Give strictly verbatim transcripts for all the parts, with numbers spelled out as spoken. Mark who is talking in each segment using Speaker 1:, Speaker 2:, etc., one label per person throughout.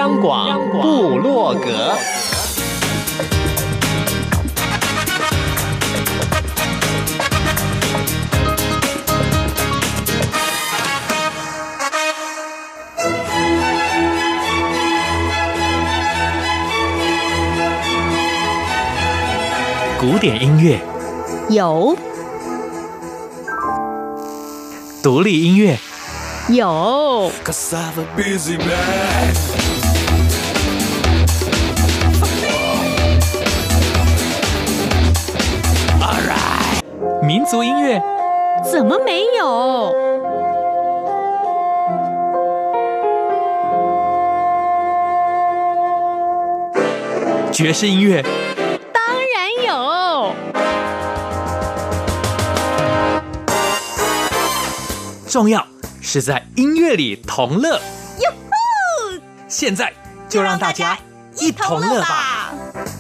Speaker 1: 央广部落格。古典音乐
Speaker 2: 有，
Speaker 1: 独立音乐
Speaker 2: 有，
Speaker 1: 民族音乐
Speaker 2: 怎么没有？
Speaker 1: 爵士音乐
Speaker 2: 当然有。
Speaker 1: 重要是在音乐里同乐。
Speaker 2: 哟呼！
Speaker 1: 现在就让大家一同乐吧。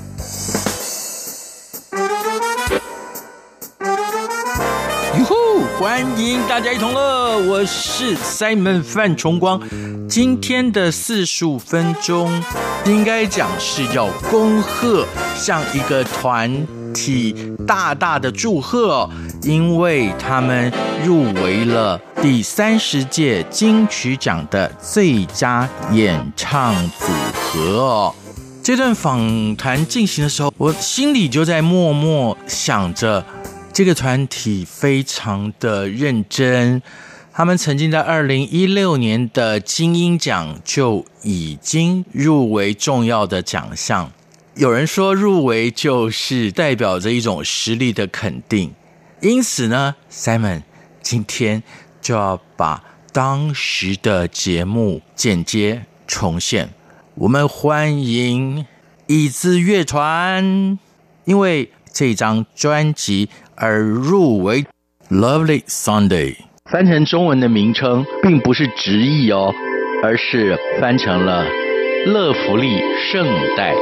Speaker 1: 哟吼！欢迎大家一同乐，我是 Simon 范崇光。今天的四十五分钟，应该讲是要恭贺向一个团体大大的祝贺哦，因为他们入围了第三十届金曲奖的最佳演唱组合哦。这段访谈进行的时候，我心里就在默默想着，这个团体非常的认真。他们曾经在二零一六年的金鹰奖就已经入围重要的奖项。有人说入围就是代表着一种实力的肯定，因此呢 Simon 今天就要把当时的节目剪接重现。我们欢迎椅子乐团，因为这张专辑而入围 Lovely Sunday， 翻成中文的名称并不是直译哦，而是翻成了乐福利圣代。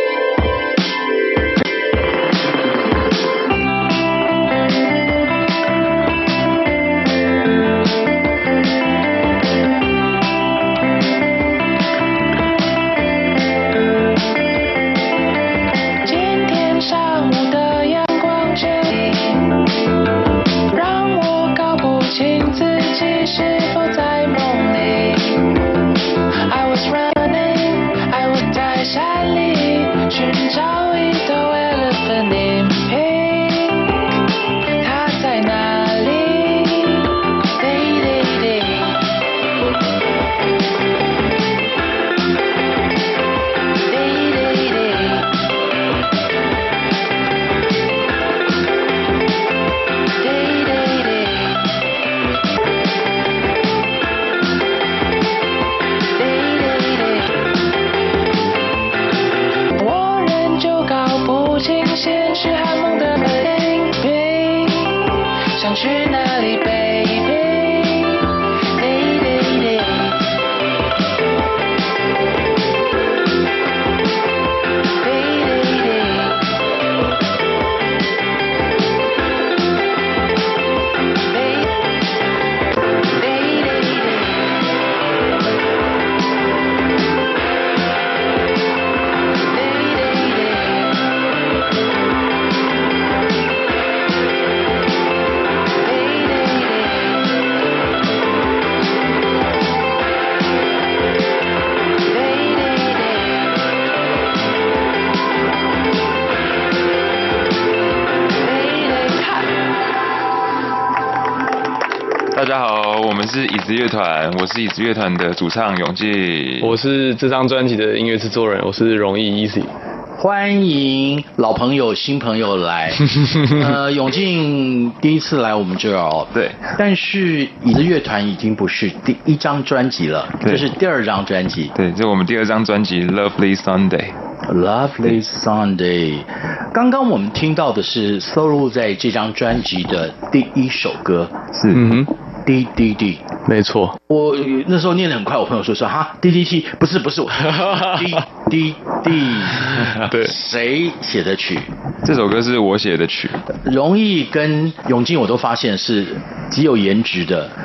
Speaker 3: 大家好，我们是椅子乐团，我是椅子乐团的主唱永进，
Speaker 4: 我是这张专辑的音乐制作人，我是容易 Easy。
Speaker 1: 欢迎老朋友、新朋友来。呃，永进第一次来我们这儿哦，
Speaker 3: 对。
Speaker 1: 但是椅子乐团已经不是第一张专辑了，这是第二张专辑。
Speaker 3: 对，这是我们第二张专辑《Lovely Sunday》。Lovely
Speaker 1: Sunday。刚刚我们听到的是收录在这张专辑的第一首歌，
Speaker 3: 是
Speaker 4: 嗯哼
Speaker 1: D D D。
Speaker 4: 没错，
Speaker 1: 我那时候念得很快，我朋友说说哈 D D T 不是不是我 D D D，
Speaker 4: 对，
Speaker 1: 谁写的曲？
Speaker 3: 这首歌是我写的曲。
Speaker 1: 容易跟永进我都发现是极有颜值的，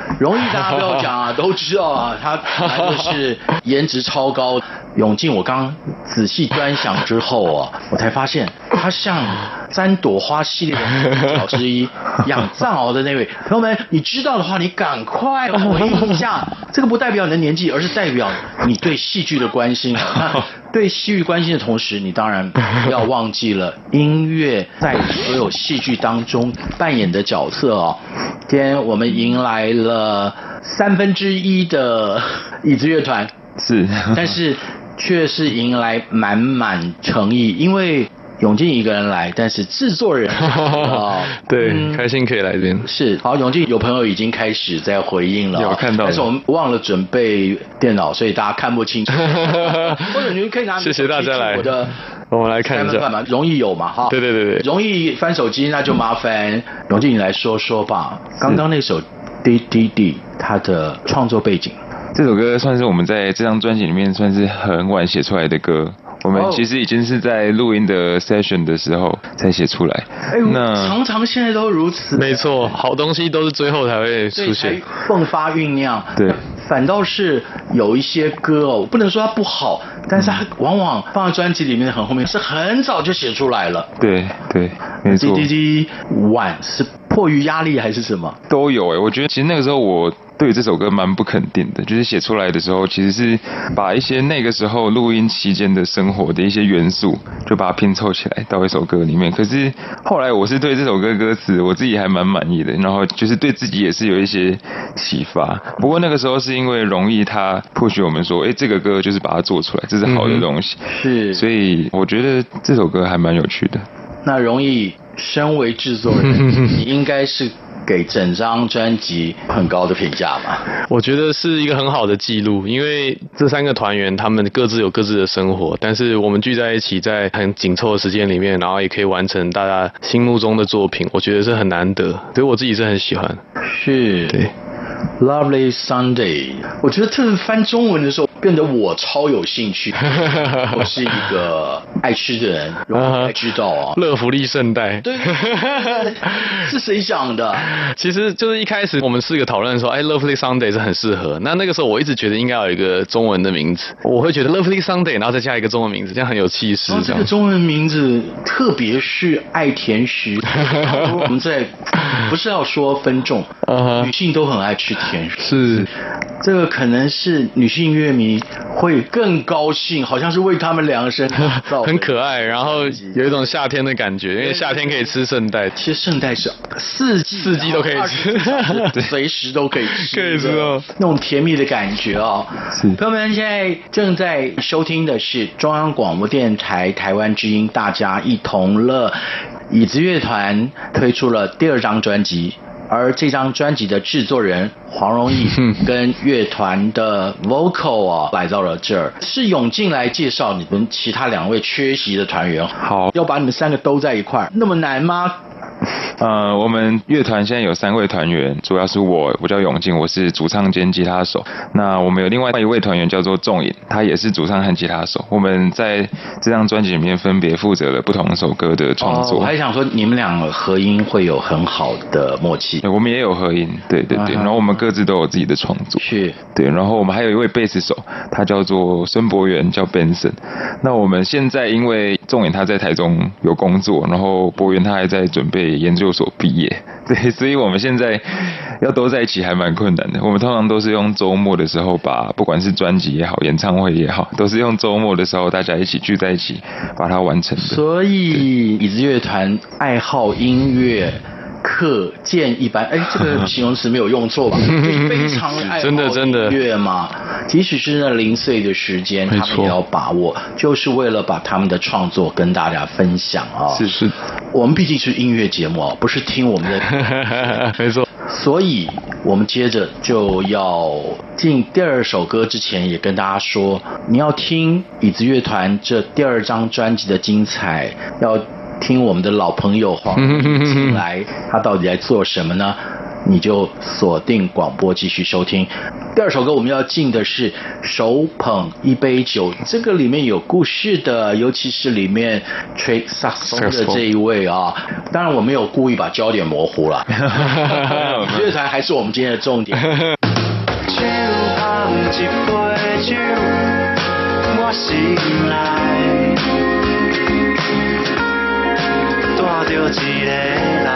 Speaker 1: 容易大家不要讲啊，都知道啊，他本来就是颜值超高。永进，我刚仔细端详之后啊，我才发现他像三朵花系列的主角之一，养藏獒的那位。朋友们，你知道的话，你赶快回应一下。这个不代表你的年纪，而是代表你对戏剧的关心啊。那对戏剧关心的同时，你当然不要忘记了音乐在所有戏剧当中扮演的角色哦。今天我们迎来了三分之一的椅子乐团，
Speaker 3: 是，
Speaker 1: 但是却是迎来满满诚意，因为永进一个人来，但是制作人啊，
Speaker 4: 对、嗯，开心可以来这边。
Speaker 1: 是，好，永进有朋友已经开始在回应了，
Speaker 3: 有看到，
Speaker 1: 但是我们忘了准备电脑，所以大家看不清楚。或者你可以拿，
Speaker 4: 谢谢大家来，
Speaker 1: 我的，
Speaker 4: 我们来看一下，
Speaker 1: 嘛，容易有嘛，哈，
Speaker 4: 对对对对，
Speaker 1: 容易翻手机，那就麻烦永进你来说说吧。刚刚那首 D D D 它的创作背景。
Speaker 3: 这首歌算是我们在这张专辑里面算是很晚写出来的歌，我们其实已经是在录音的 session 的时候才写出来。
Speaker 1: 哎，那常常现在都如此。
Speaker 4: 没错，好东西都是最后才会出现，
Speaker 1: 迸发酝酿。
Speaker 3: 对，
Speaker 1: 反倒是有一些歌哦，不能说它不好，但是它往往放在专辑里面很后面，是很早就写出来了。
Speaker 3: 对对，没错。
Speaker 1: D D D 晚是迫于压力还是什么？
Speaker 3: 都有哎、欸，我觉得其实那个时候我对这首歌蛮不肯定的，就是写出来的时候，其实是把一些那个时候录音期间的生活的一些元素，就把它拼凑起来到一首歌里面。可是后来我是对这首歌歌词我自己还蛮满意的，然后就是对自己也是有一些启发。不过那个时候是因为容易他push我们说，哎、欸，这个歌就是把它做出来，这是好的东西，
Speaker 1: 嗯、是，
Speaker 3: 所以我觉得这首歌还蛮有趣的。
Speaker 1: 那容易，身为制作人，你应该是给整张专辑很高的评价吧？
Speaker 4: 我觉得是一个很好的记录，因为这三个团员他们各自有各自的生活，但是我们聚在一起，在很紧凑的时间里面，然后也可以完成大家心目中的作品，我觉得是很难得，所以我自己是很喜欢。
Speaker 1: 是，对。Lovely Sunday， 我觉得特别翻中文的时候，变得我超有兴趣。我是一个爱吃的人，容易知道啊。
Speaker 4: 乐福利圣代，
Speaker 1: 对，是谁想的？
Speaker 4: 其实就是一开始我们四个讨论说，哎 ，Lovely Sunday 是很适合。那那个时候我一直觉得应该有一个中文的名字，我会觉得 Lovely Sunday， 然后再加一个中文名字，这样很有气势。
Speaker 1: 这个中文名字，特别是爱甜食。我们在不是要说分众， uh-huh. 女性都很爱吃甜食。
Speaker 4: 是，
Speaker 1: 这个可能是女性乐迷会更高兴，好像是为他们量身打造，
Speaker 4: 很可爱，然后有一种夏天的感觉，因为夏天可以吃圣代。
Speaker 1: 其实圣代是四季
Speaker 4: 四季都可以吃，
Speaker 1: 随时都可以吃，
Speaker 4: 可以吃哦，
Speaker 1: 那种甜蜜的感觉哦。朋友们，现在正在收听的是中央广播电台台湾之音，大家一同乐。椅子乐团推出了第二张专辑。而这张专辑的制作人黄荣义跟乐团的 vocal 啊来到了这儿，是永进来介绍你们其他两位缺席的团员。
Speaker 3: 好，
Speaker 1: 要把你们三个都在一块儿，那么难吗？
Speaker 3: 呃，我们乐团现在有三位团员，主要是我，我叫永进，我是主唱兼吉他手。那我们有另外一位团员叫做仲颖，他也是主唱和吉他手。我们在这张专辑里面分别负责了不同首歌的创作。
Speaker 1: 哦、我还想说，你们两个合音会有很好的默契。
Speaker 3: 我们也有合音，对对对。Uh-huh. 然后我们各自都有自己的创作。
Speaker 1: 是。
Speaker 3: 对，然后我们还有一位贝斯手，他叫做孙博元，叫 Benson。那我们现在因为仲颖他在台中有工作，然后博元他还在准备研究所毕业，对，所以我们现在要都在一起还蛮困难的。我们通常都是用周末的时候把，不管是专辑也好，演唱会也好，都是用周末的时候大家一起聚在一起把它完成的。
Speaker 1: 所以椅子乐团爱好音乐可见一斑，哎，这个形容词没有用错吧？就是非常爱好音乐嘛，即使是那零碎的时间，他们也要把握，就是为了把他们的创作跟大家分享啊、哦。
Speaker 3: 是是，
Speaker 1: 我们毕竟是音乐节目哦，不是听我们的，
Speaker 4: 没错。
Speaker 1: 所以我们接着就要进第二首歌之前，也跟大家说，你要听椅子乐团这第二张专辑的精彩，要听我们的老朋友黄进来，他到底在做什么呢？ 你就锁定广播继续收听。第二首歌我们要进的是手捧一杯酒，这个里面有故事的，尤其是里面吹萨克斯的这一位啊，当然我没有故意把焦点模糊了，乐团还是我们今天的重点。
Speaker 5: 手捧一杯酒，我心内带着一个人，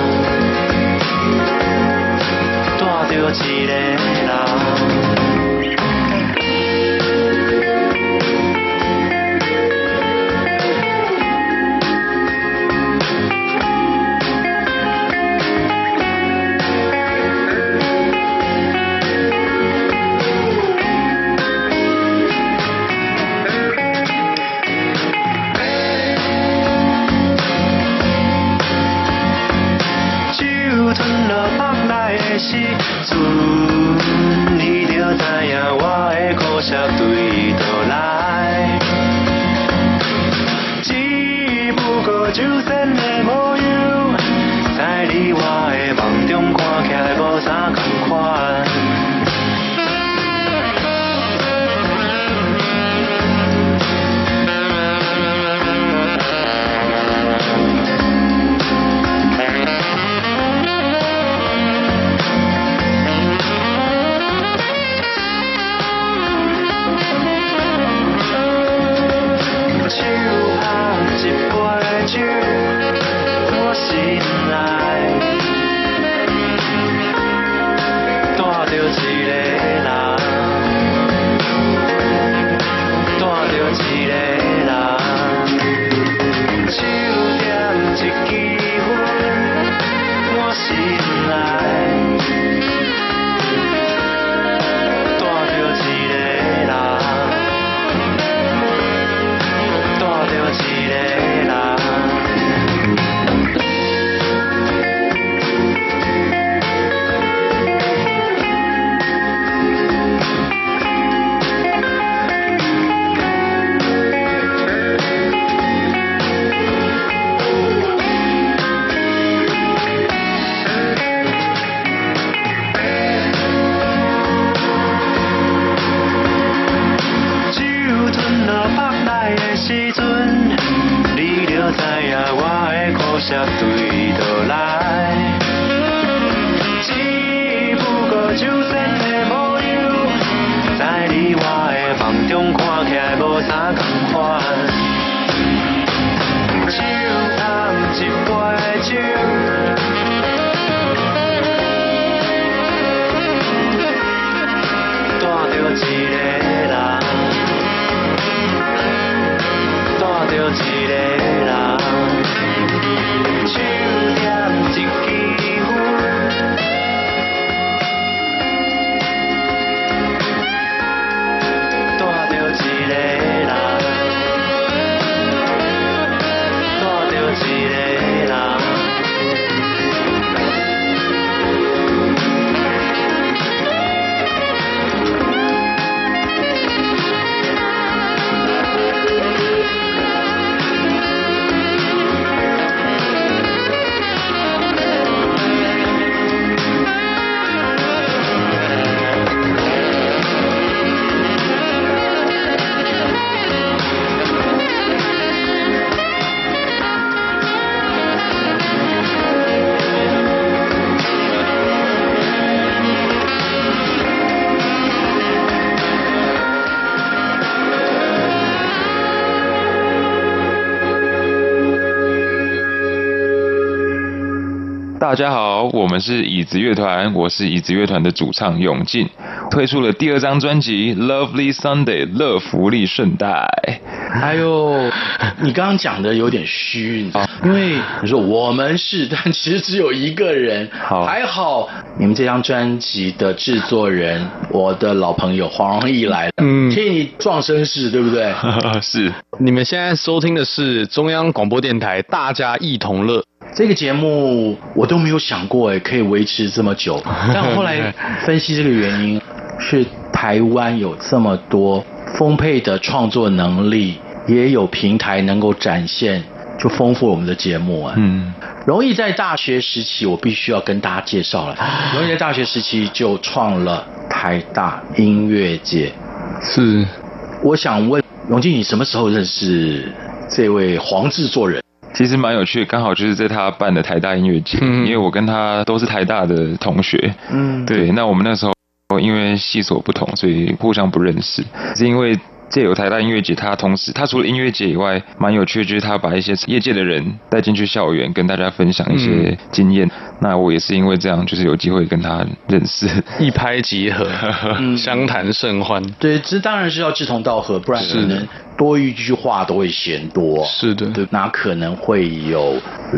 Speaker 5: 带着一个人。时阵，你就知影我的苦涩对倒来，只不过酒仙的模样，在你我的梦中看起来无啥同款。
Speaker 3: 大家好，我们是椅子乐团，我是椅子乐团的主唱永进，推出了第二张专辑《Lovely Sunday》乐福利圣代。
Speaker 1: 哎呦，你刚刚讲的有点虚，你知道，因为你说我们是，但其实只有一个人。
Speaker 3: 好，
Speaker 1: 还好你们这张专辑的制作人，我的老朋友黄荣义来了，嗯，替你壮声势，对不对？
Speaker 3: 是。
Speaker 4: 你们现在收听的是中央广播电台，大家一同乐。
Speaker 1: 这个节目我都没有想过哎，可以维持这么久。但我后来分析这个原因，是台湾有这么多丰沛的创作能力，也有平台能够展现，就丰富我们的节目啊。嗯， 容易在大学时期，我必须要跟大家介绍了。容易在大学时期就创了台大音乐节。
Speaker 4: 是，
Speaker 1: 我想问荣进，你什么时候认识这位黄制作人？
Speaker 3: 其实蛮有趣的，刚好就是在他办的台大音乐节，嗯、因为我跟他都是台大的同学。嗯，对，那我们那时候因为系所不同，所以互相不认识，是因为借由台大音乐节，他同时他除了音乐节以外，蛮有趣的就是他把一些业界的人带进去校园，跟大家分享一些经验。嗯、那我也是因为这样，就是有机会跟他认识，
Speaker 4: 一拍即合，嗯、相谈甚欢。
Speaker 1: 对，这当然是要志同道合，不然可能多一句话都会嫌多。
Speaker 4: 是的，
Speaker 1: 对，哪可能会有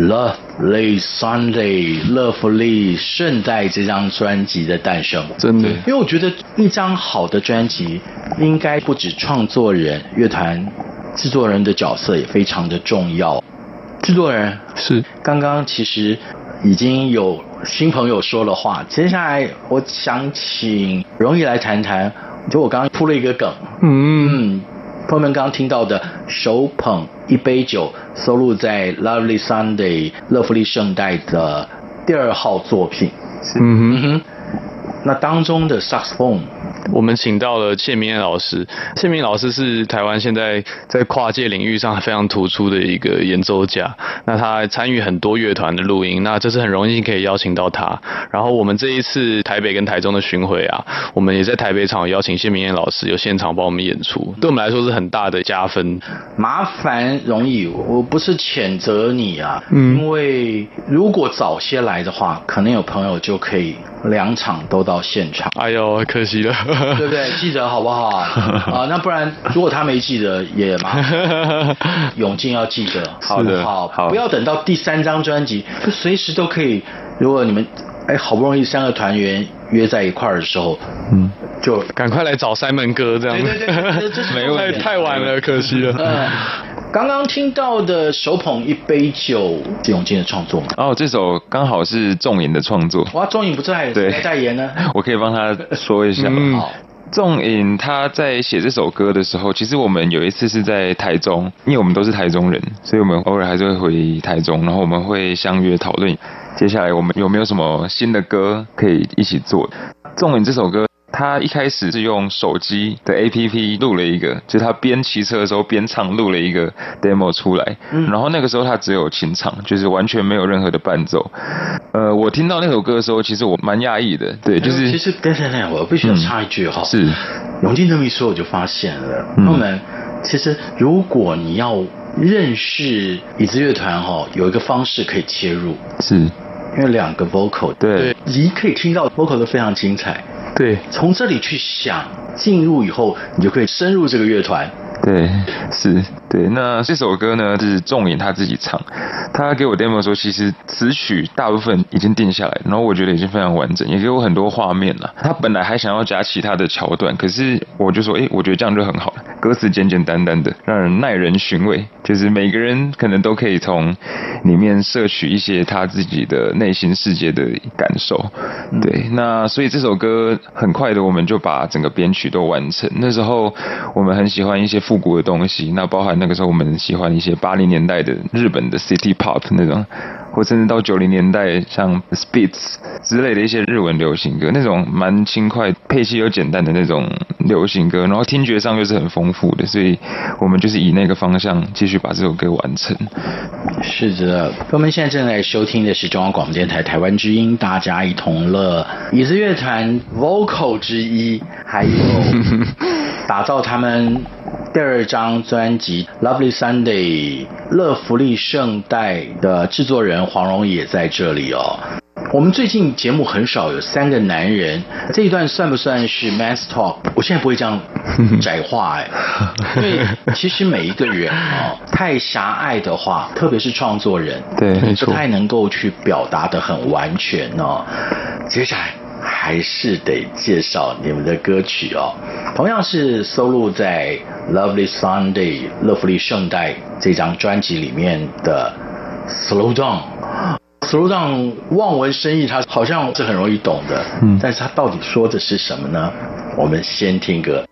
Speaker 1: Lovely Sunday Lovely 圣代这张专辑的诞生？
Speaker 4: 真的，
Speaker 1: 因为我觉得一张好的专辑应该不止创作人、乐团制作人的角色也非常的重要。制作人
Speaker 4: 是
Speaker 1: 刚刚其实已经有新朋友说了话，接下来我想请荣毅来谈谈，就我刚刚铺了一个梗，嗯。嗯朋友们刚刚听到的手捧一杯酒收录在 Lovely Sunday 乐福利圣代的第二号作品。嗯哼，那当中的萨克斯风
Speaker 4: 我们请到了谢明燕老师。谢明老师是台湾现在在跨界领域上非常突出的一个演奏家，那他参与很多乐团的录音，那这是很容易可以邀请到他。然后我们这一次台北跟台中的巡回啊，我们也在台北场邀请谢明燕老师有现场帮我们演出，对我们来说是很大的加分。
Speaker 1: 麻烦容易，我不是谴责你啊，嗯，因为如果早些来的话，可能有朋友就可以两场都到现场。
Speaker 4: 哎呦，可惜了。
Speaker 1: 对不对？记得好不好啊？那不然如果他没记得也麻烦，永进要记得，好不好？好，不要等到第三张专辑，就随时都可以。如果你们哎好不容易三个团员约在一块儿的时候，嗯，就
Speaker 4: 赶快来找 Simon 哥这样。
Speaker 1: 对对对，这
Speaker 4: 没问题，太晚了，可惜了。嗯，
Speaker 1: 刚刚听到的手捧一杯酒是永进的创作吗？
Speaker 3: 哦，这首刚好是仲颖的创作。
Speaker 1: 哇，仲颖不在，谁来代言呢？
Speaker 3: 我可以帮他说一下。嗯，好。仲颖他在写这首歌的时候，其实我们有一次是在台中，因为我们都是台中人，所以我们偶尔还是会回台中，然后我们会相约讨论接下来我们有没有什么新的歌可以一起做。仲颖这首歌他一开始是用手机的 A P P 录了一个，就是他边骑车的时候边唱录了一个 demo 出来，嗯，然后那个时候他只有琴场，就是完全没有任何的伴奏。呃，我听到那首歌的时候，其实我蛮讶异的，对，就是、
Speaker 1: 其实等等等，我必须要插一句哈、嗯，
Speaker 3: 是
Speaker 1: 永进这么一说，我就发现了，朋友们，其实如果你要认识椅子乐团哈，有一个方式可以切入，
Speaker 3: 是
Speaker 1: 因为两个 vocal，
Speaker 3: 对，
Speaker 1: 你可以听到 vocal 都非常精彩。
Speaker 4: 对，
Speaker 1: 从这里去想，进入以后，你就可以深入这个乐团。
Speaker 3: 对，是，对。那这首歌呢是仲颖他自己唱，他给我 demo 的时候，其实词曲大部分已经定下来，然后我觉得已经非常完整，也给我很多画面了。他本来还想要加其他的桥段，可是我就说，哎，我觉得这样就很好了。歌词简简单单的，让人耐人寻味，就是每个人可能都可以从里面摄取一些他自己的内心世界的感受。对，那所以这首歌很快的我们就把整个编曲都完成。那时候我们很喜欢一些复古的东西，那包含那个时候我们喜欢一些八零年代的日本的 City Pop 那种，或甚至到九零年代像 Spitz 之类的一些日文流行歌，那种蛮轻快、配器又简单的那种流行歌，然后听觉上又是很丰富的，所以我们就是以那个方向继续把这首歌完成。
Speaker 1: 是的，我们现在正在收听的是中央广播电台台湾之音，大家一同乐椅子乐团 vocal 之一，还有打造他们第二张专辑 Lovely Sunday 乐福利圣代的制作人黄荣也在这里哦。我们最近节目很少有三个男人，这一段算不算是 Man's Talk？ 我现在不会这样窄化哎，因为其实每一个人哦，太狭隘的话，特别是创作人，
Speaker 3: 对，没错，
Speaker 1: 不太能够去表达得很完全哦。接下来还是得介绍你们的歌曲哦，同样是收录在 Lovely Sunday 乐福利圣代这张专辑里面的 Slow Down。Slow Down 望文生义，它好像是很容易懂的，嗯，但是它到底说的是什么呢？我们先听歌。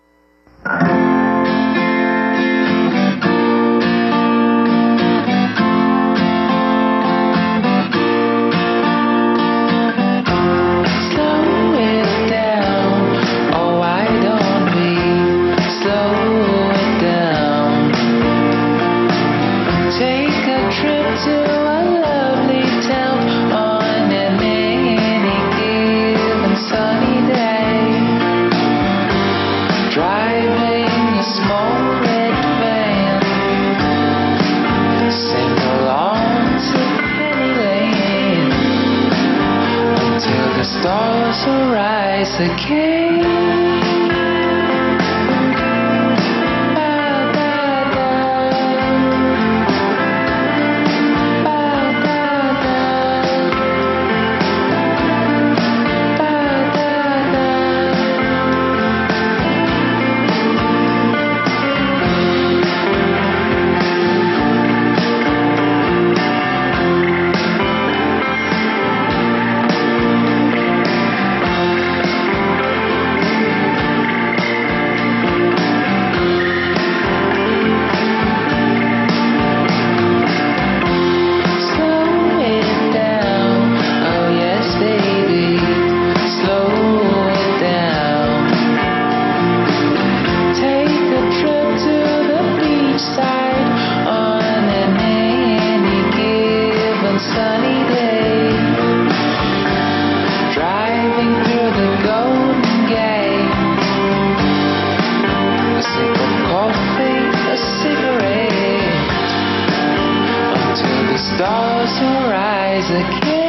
Speaker 6: stars will rise again. Stars will rise again.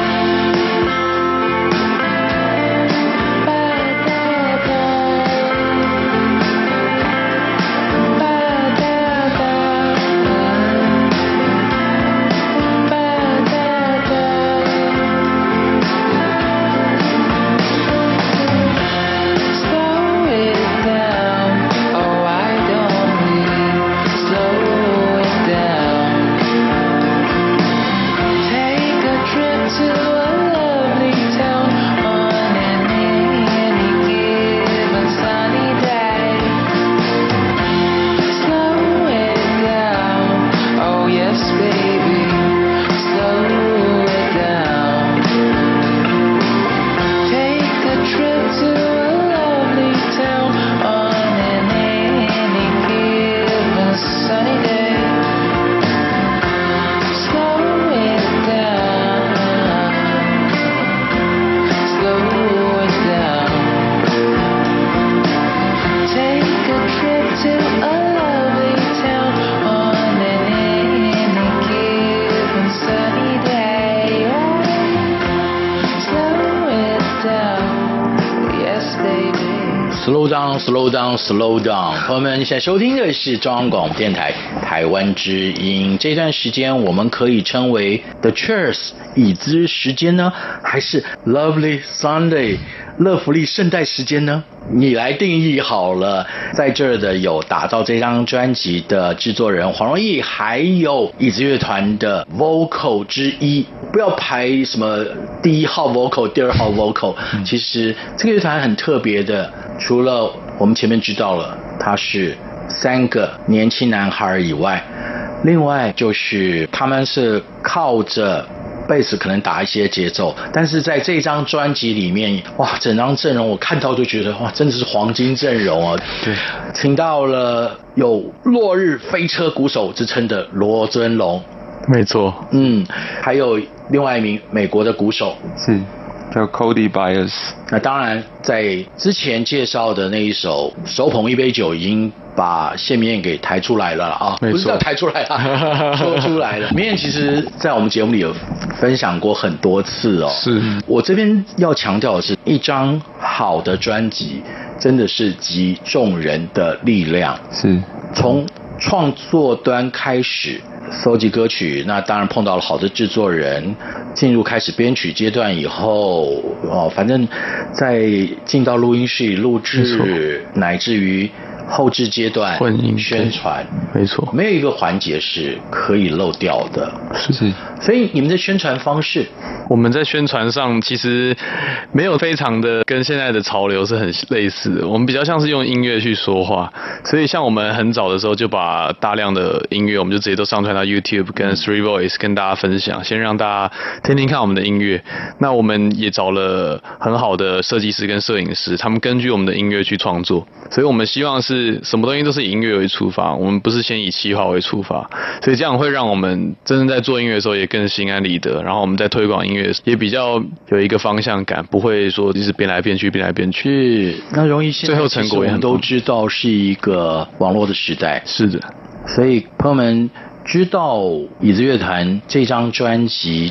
Speaker 1: Slow down, slow down, slow down。朋友们，现在收听的是中央广播电台台湾之音。这段时间我们可以称为 The Chairs 椅子时间呢，还是 Lovely Sunday 乐福利圣诞时间呢？你来定义好了。在这儿的有打造这张专辑的制作人黄荣义，还有椅子乐团的 vocal 之一。不要排什么第一号 vocal 第二号 vocal，嗯，其实这个乐团很特别的，除了我们前面知道了他是三个年轻男孩以外，另外就是他们是靠着贝斯可能打一些节奏，但是在这张专辑里面，哇，整张阵容我看到就觉得哇，真的是黄金阵容啊！对，请到了有落日飞车鼓手之称的罗尊龙，
Speaker 4: 没错，
Speaker 1: 嗯，还有另外一名美国的鼓手
Speaker 3: 是叫 Cody Byers。
Speaker 1: 那当然，在之前介绍的那一首《手捧一杯酒》已经把谢明燕给抬出来了啊，不是叫抬出来了，说出来了。明燕其实在我们节目里有分享过很多次哦。
Speaker 4: 是，
Speaker 1: 我这边要强调的是，一张好的专辑真的是集众人的力量，
Speaker 3: 是
Speaker 1: 从创作端开始搜集歌曲，那当然碰到了好的制作人，进入开始编曲阶段以后，哦，反正在进到录音室里录制，乃至于后制阶段
Speaker 4: 混音
Speaker 1: 宣传，
Speaker 4: 没错，
Speaker 1: 没有一个环节是可以漏掉的。
Speaker 3: 是，
Speaker 1: 所以你们的宣传方式，
Speaker 4: 我们在宣传上其实没有非常的跟现在的潮流是很类似的，我们比较像是用音乐去说话，所以像我们很早的时候就把大量的音乐我们就直接都上传到 YouTube 跟 Three Voice 跟大家分享，先让大家听听看我们的音乐。那我们也找了很好的设计师跟摄影师，他们根据我们的音乐去创作，所以我们希望是什么东西都是以音乐为出发，我们不是先以企划为出发，所以这样会让我们真正在做音乐的时候也更心安理得，然后我们在推广音乐也比较有一个方向感，不会说一直变来变去变来变去。
Speaker 1: 是，那容易现在
Speaker 4: 最后成果也很
Speaker 1: 我们都知道是一个网络的时代，
Speaker 4: 是的，
Speaker 1: 所以朋友们知道椅子乐团这张专辑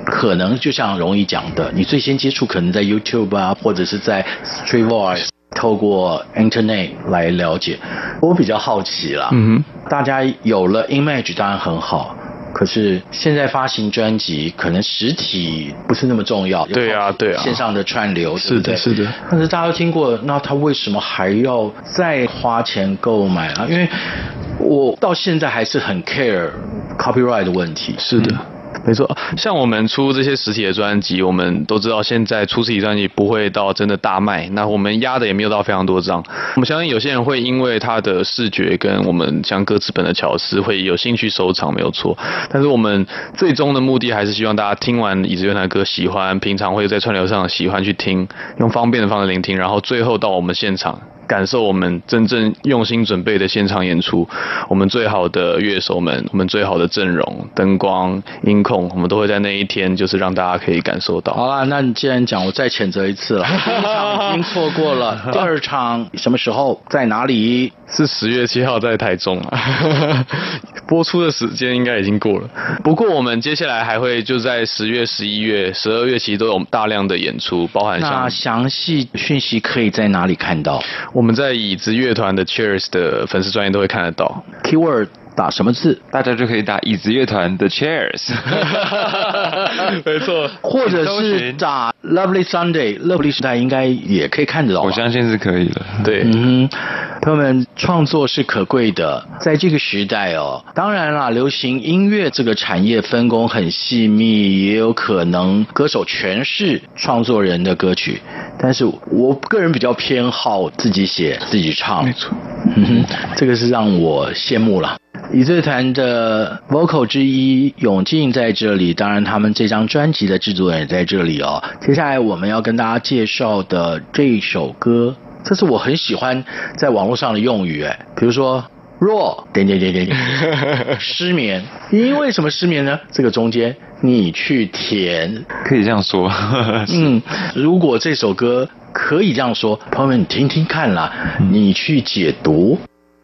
Speaker 1: 可能就像容易讲的，你最先接触可能在 YouTube 啊，或者是在 Street Voice， 透过 Internet 来了解。我比较好奇啦，
Speaker 4: 嗯哼，
Speaker 1: 大家有了 Image 当然很好。可是现在发行专辑，可能实体不是那么重要。
Speaker 4: 对啊，对啊，
Speaker 1: 线上的串流，对不对？
Speaker 4: 是的，是的。
Speaker 1: 但是大家都听过，那他为什么还要再花钱购买啊？因为我到现在还是很 care copyright 的问题。
Speaker 4: 是的。嗯，没错，像我们出这些实体的专辑，我们都知道现在出实体专辑不会到真的大卖，那我们压的也没有到非常多张。我们相信有些人会因为它的视觉跟我们像歌词本的巧思会有兴趣收藏，没有错。但是我们最终的目的还是希望大家听完椅子乐团的歌喜欢，平常会在串流上喜欢去听，用方便的方式聆听，然后最后到我们现场感受我们真正用心准备的现场演出，我们最好的乐手们，我们最好的阵容、灯光、音控，我们都会在那一天，就是让大家可以感受到。
Speaker 1: 好啦，那你既然讲，我再谴责一次了。第一场已经错过了，第二场什么时候在哪里？
Speaker 4: 是十月七号在台中啊，播出的时间应该已经过了。不过我们接下来还会就在十月、十一月、十二月，其实都有大量的演出，包含像
Speaker 1: 那详细讯息可以在哪里看到？
Speaker 4: 我们在椅子乐团的 Cheers 的粉丝专页都会看得到。
Speaker 1: Keyword 打什么字？
Speaker 3: 大家就可以打椅子乐团的 Cheers，
Speaker 4: 没错，
Speaker 1: 或者是打 Lovely Sunday，Lovely Sunday 应该也可以看得到吧。
Speaker 3: 我相信是可以的。
Speaker 4: 对，
Speaker 1: 嗯哼，朋友们，创作是可贵的，在这个时代哦，当然啦，流行音乐这个产业分工很细密，也有可能歌手全是创作人的歌曲，但是我个人比较偏好自己写自己唱，
Speaker 4: 没错，
Speaker 1: 嗯哼，这个是让我羡慕了。椅子乐团的 vocal 之一永进在这里，当然他们这张专辑的制作人也在这里哦。接下来我们要跟大家介绍的这一首歌，这是我很喜欢在网络上的用语，哎，比如说弱点点点点点失眠，因为什么失眠呢？这个中间你去填，
Speaker 3: 可以这样说。
Speaker 1: 嗯，如果这首歌可以这样说，朋友们你听听看啦，你去解读。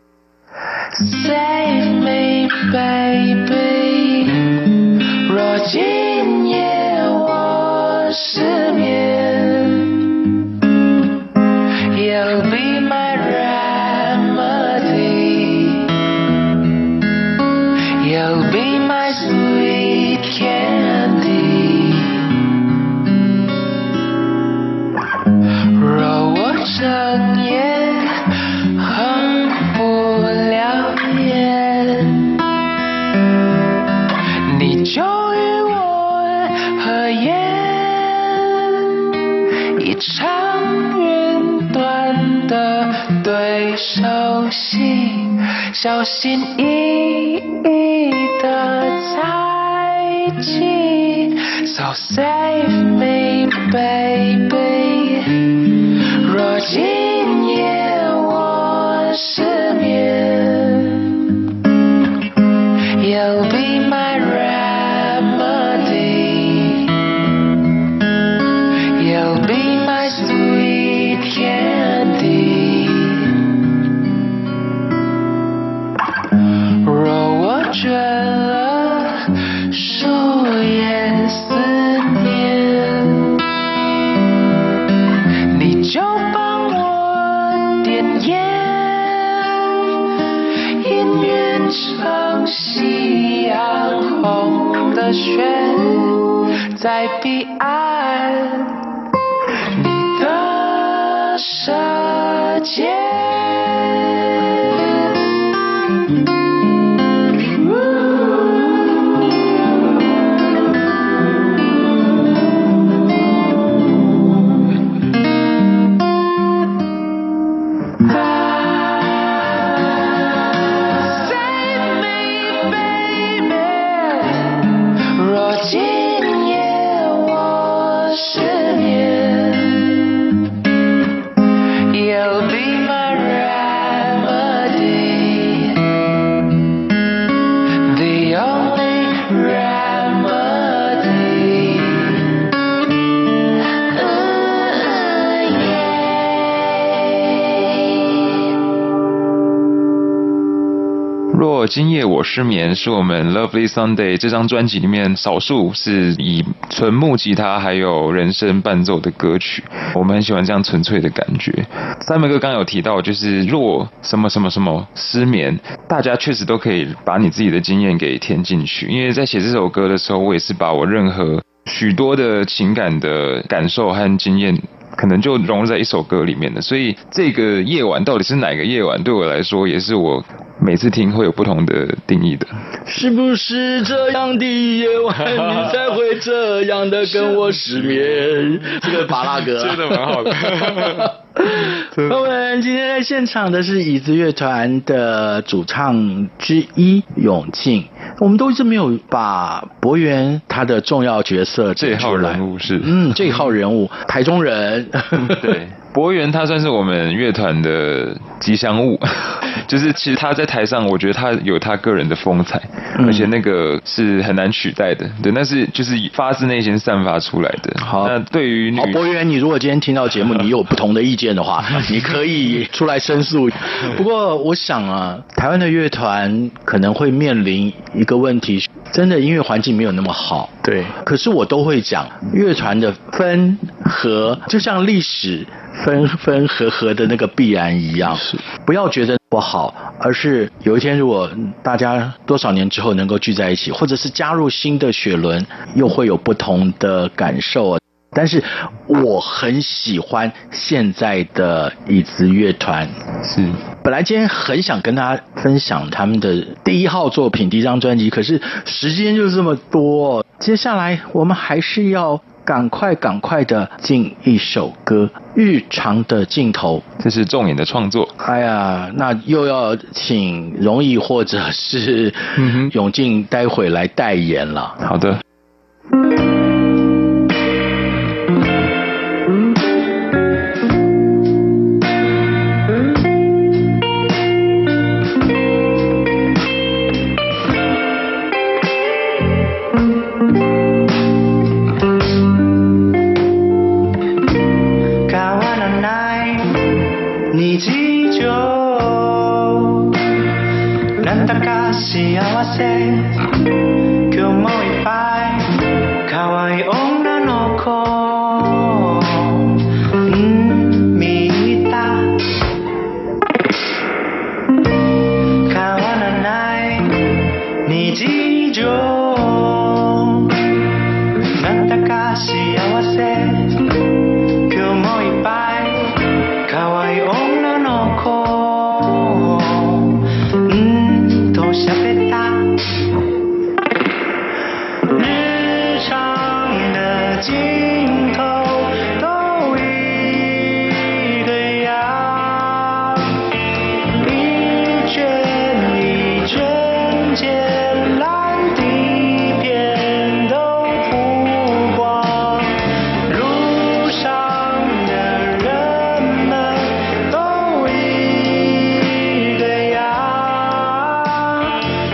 Speaker 6: Save me, baby。若今夜我失眠 ，You'll be my remedy。You'll be my sweet candy。若我整夜哼不了眼，你就与我合眼，一场云端的对手戏，小心翼翼的猜忌。So save me, baby。若今夜我失眠 ，You'll be my remedy。You'll be my sweet candy。若我倦了，树叶思念，你就帮我点烟，姻缘成夕阳红的雪，在彼岸你的世界。You'll be my ride.
Speaker 3: 若今夜我失眠是我们 Lovely Sunday 这张专辑里面少数是以纯木吉他还有人声伴奏的歌曲，我们很喜欢这样纯粹的感觉。三门哥刚有提到，就是若什么什么什么失眠，大家确实都可以把你自己的经验给填进去，因为在写这首歌的时候，我也是把我任何许多的情感的感受和经验可能就融入在一首歌里面的，所以这个夜晚到底是哪个夜晚，对我来说也是我每次听会有不同的定义的。
Speaker 1: 是不是这样的夜晚，你才会这样的跟我失眠？这个拔拉歌
Speaker 3: 真的蛮好的。
Speaker 1: 我们今天在现场的是椅子乐团的主唱之一永庆，我们都一直没有把博元他的重要角色
Speaker 3: 这一号人物是
Speaker 1: 嗯，这一号人物台中人。
Speaker 3: 对，博元他算是我们乐团的吉祥物，就是其实他在台上，我觉得他有他个人的风采，嗯、而且那个是很难取代的。对，那是就是发自内心散发出来的。
Speaker 1: 好，
Speaker 3: 那对于女
Speaker 1: 博元，你如果今天听到节目，你有不同的意见的话，你可以出来申诉。不过我想啊，台湾的乐团可能会面临一个问题，真的音乐环境没有那么好。
Speaker 4: 对，
Speaker 1: 可是我都会讲，乐团的分合就像历史分分合合的那个必然一样，是不要觉得不好，而是有一天如果大家多少年之后能够聚在一起，或者是加入新的血轮，又会有不同的感受。但是我很喜欢现在的椅子乐团，
Speaker 3: 是
Speaker 1: 本来今天很想跟大家分享他们的第一号作品第一张专辑，可是时间就这么多，接下来我们还是要赶快赶快的进一首歌，日常的镜头，
Speaker 3: 这是重演的创作。
Speaker 1: 哎呀，那又要请容易或者是永进待会来代言了。
Speaker 3: 好的。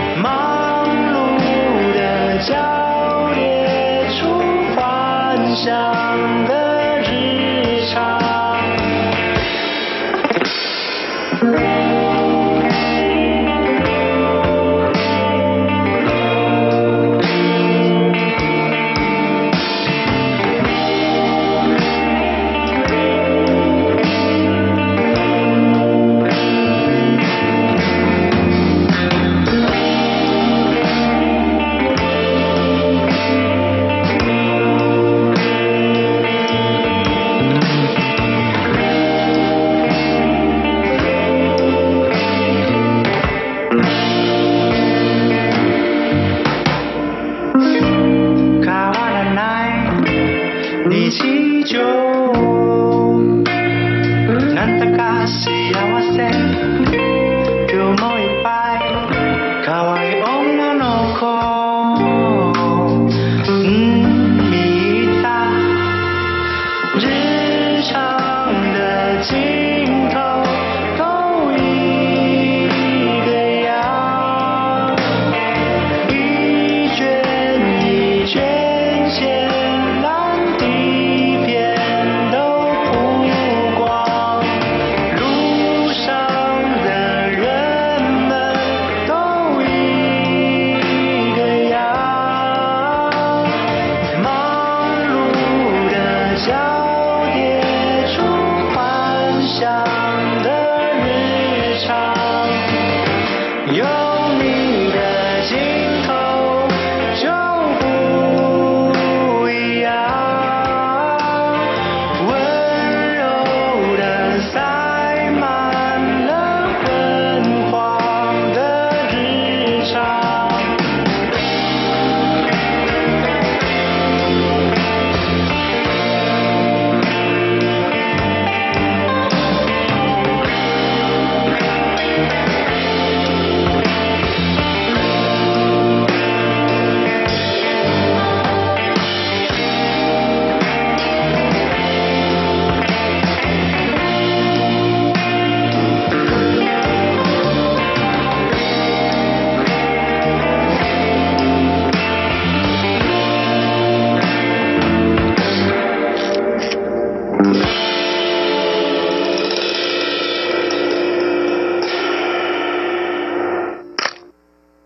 Speaker 6: 笑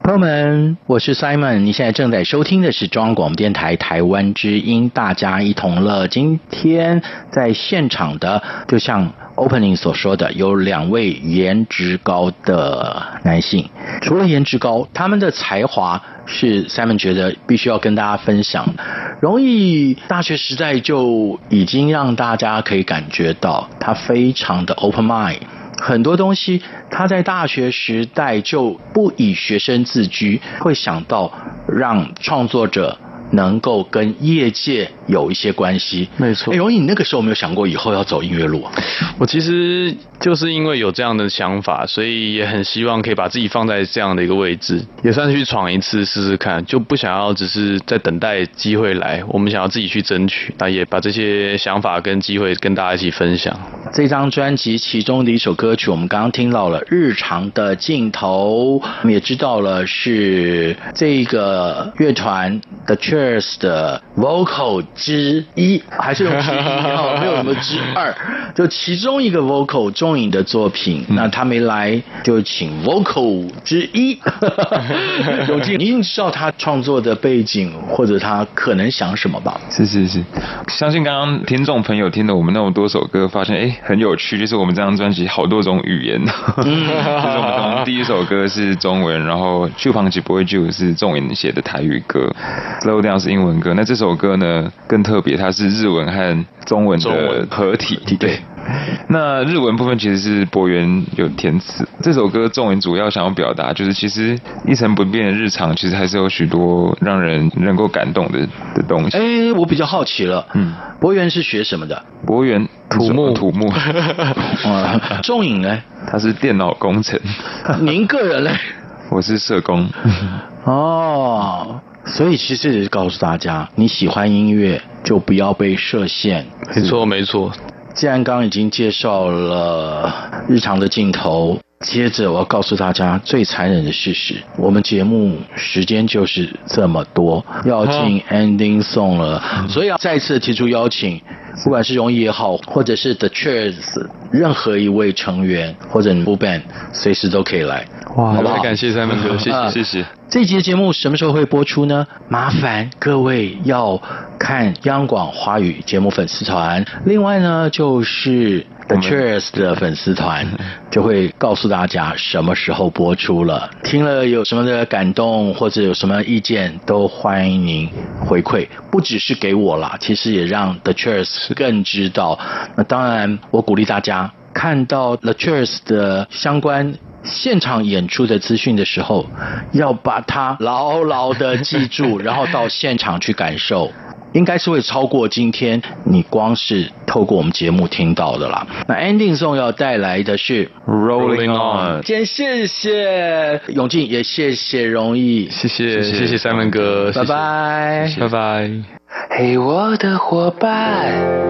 Speaker 1: 朋友们，我是 Simon， 你现在正在收听的是中央广播电台台湾之音，大家一同乐。今天在现场的，就像 opening 所说的，有两位颜值高的男性。除了颜值高，他们的才华是 Simon 觉得必须要跟大家分享。容易大学时代就已经让大家可以感觉到他非常的 open mind。很多东西他在大学时代就不以学生自居，会想到让创作者能够跟业界有一些关系。
Speaker 4: 没错。
Speaker 1: 哎，荣毅，你那个时候有没有想过以后要走音乐路啊？
Speaker 4: 我其实就是因为有这样的想法，所以也很希望可以把自己放在这样的一个位置，也算是去闯一次试试看，就不想要只是在等待机会来，我们想要自己去争取，那也把这些想法跟机会跟大家一起分享。
Speaker 1: 这张专辑其中的一首歌曲，我们刚刚听到了《日常的尽头》，我们也知道了是这个乐团 The Cheers 的 vocal 之一，还是用之一哈，没有什么之二，就其中一个 vocal 中影的作品。嗯、那他没来，就请 vocal 之一。永进，你一定知道他创作的背景，或者他可能想什么吧？
Speaker 3: 是是是，相信刚刚听众朋友听了我们那么多首歌，发现哎很有趣，就是我们这张专辑好多种语言。嗯、就是我们从第一首歌是中文，然后就旁几不会就是仲影写的台语歌 ，Slow Down 是英文歌。那这首歌呢更特别，它是日文和中文的合体。对。那日文部分其实是博源有填词，这首歌仲影主要想要表达就是，其实一成不变的日常，其实还是有许多让人能够感动的的东西。
Speaker 1: 哎，我比较好奇了，嗯，博源是学什么的？
Speaker 3: 博源土木，土木。
Speaker 1: 仲影呢？
Speaker 3: 他是电脑工程。
Speaker 1: 您个人呢？
Speaker 3: 我是社工。
Speaker 1: 哦。所以其实告诉大家，你喜欢音乐就不要被设限。
Speaker 4: 没错没错。
Speaker 1: 既然刚刚已经介绍了日常的尽头，接着我要告诉大家最残忍的事实，我们节目时间就是这么多，要进 ending song 了，所以要再次提出邀请，不管是荣毅也好，或者是 The Cheers 任何一位成员或者 full band 随时都可以来。
Speaker 4: 哇，好不好？感谢三门哥，谢谢、呃、谢谢。
Speaker 1: 这一集的节目什么时候会播出呢？麻烦各位要看央广华语节目粉丝团，另外呢就是 The Cheers 的粉丝团就会告诉大家什么时候播出了。听了有什么的感动或者有什么意见，都欢迎您回馈，不只是给我啦，其实也让 The Cheers 更知道。那当然我鼓励大家看到 The Cheers 的相关现场演出的资讯的时候，要把它牢牢的记住，然后到现场去感受，应该是会超过今天你光是透过我们节目听到的啦。那 ending song 要带来的是
Speaker 3: Rolling On。
Speaker 1: 今天谢谢永进，也谢谢荣毅，
Speaker 4: 谢谢谢谢三门哥，
Speaker 1: 拜拜
Speaker 4: 拜拜。
Speaker 6: 嘿，我的伙伴，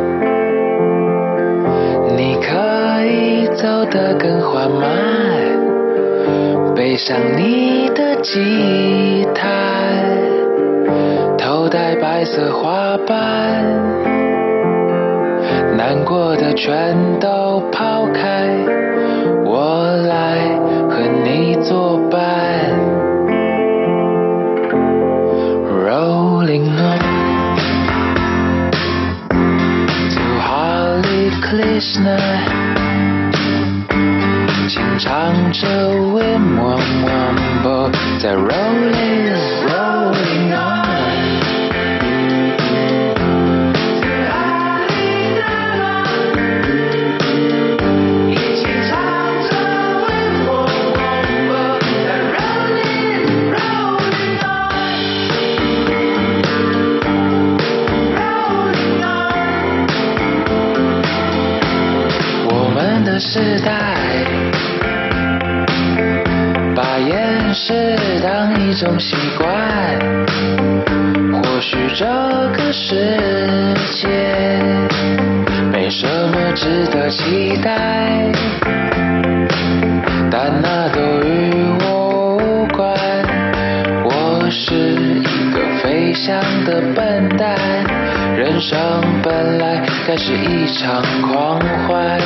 Speaker 6: 你可以走得更缓慢，背上你的吉他，头戴白色花瓣，难过的全都抛开，我来和你作伴。 Rolling on to Hare Krishna， 轻唱着 Wim Wam Wambo， 在 Rolling Rolling on。 时代把厌世当一种习惯，或许这个世界没什么值得期待，但那都与我无关。我是一个飞翔的笨蛋，人生本来该是一场狂欢。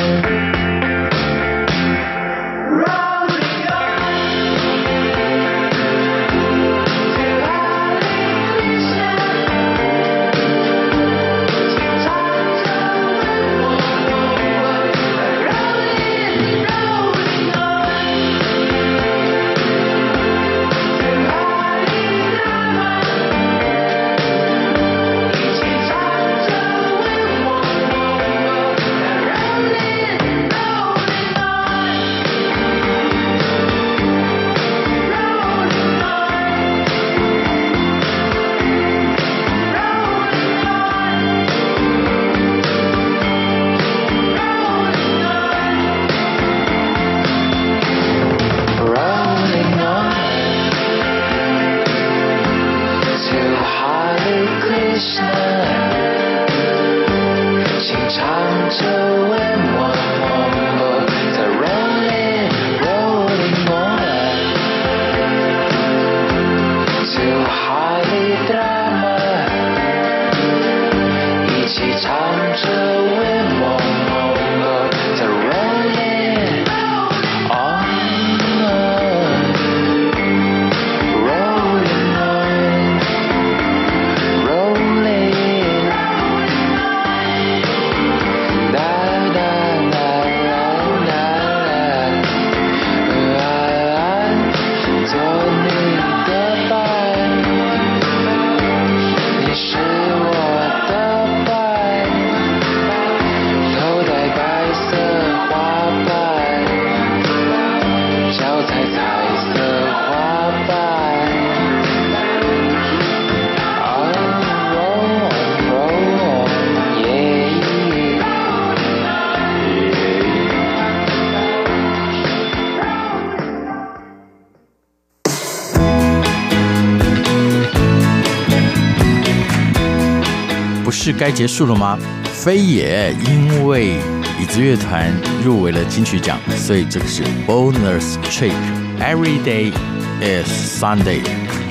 Speaker 1: 事该结束了吗？非也，因为椅子乐团入围了金曲奖，所以这个是 bonus track。Every day is Sunday。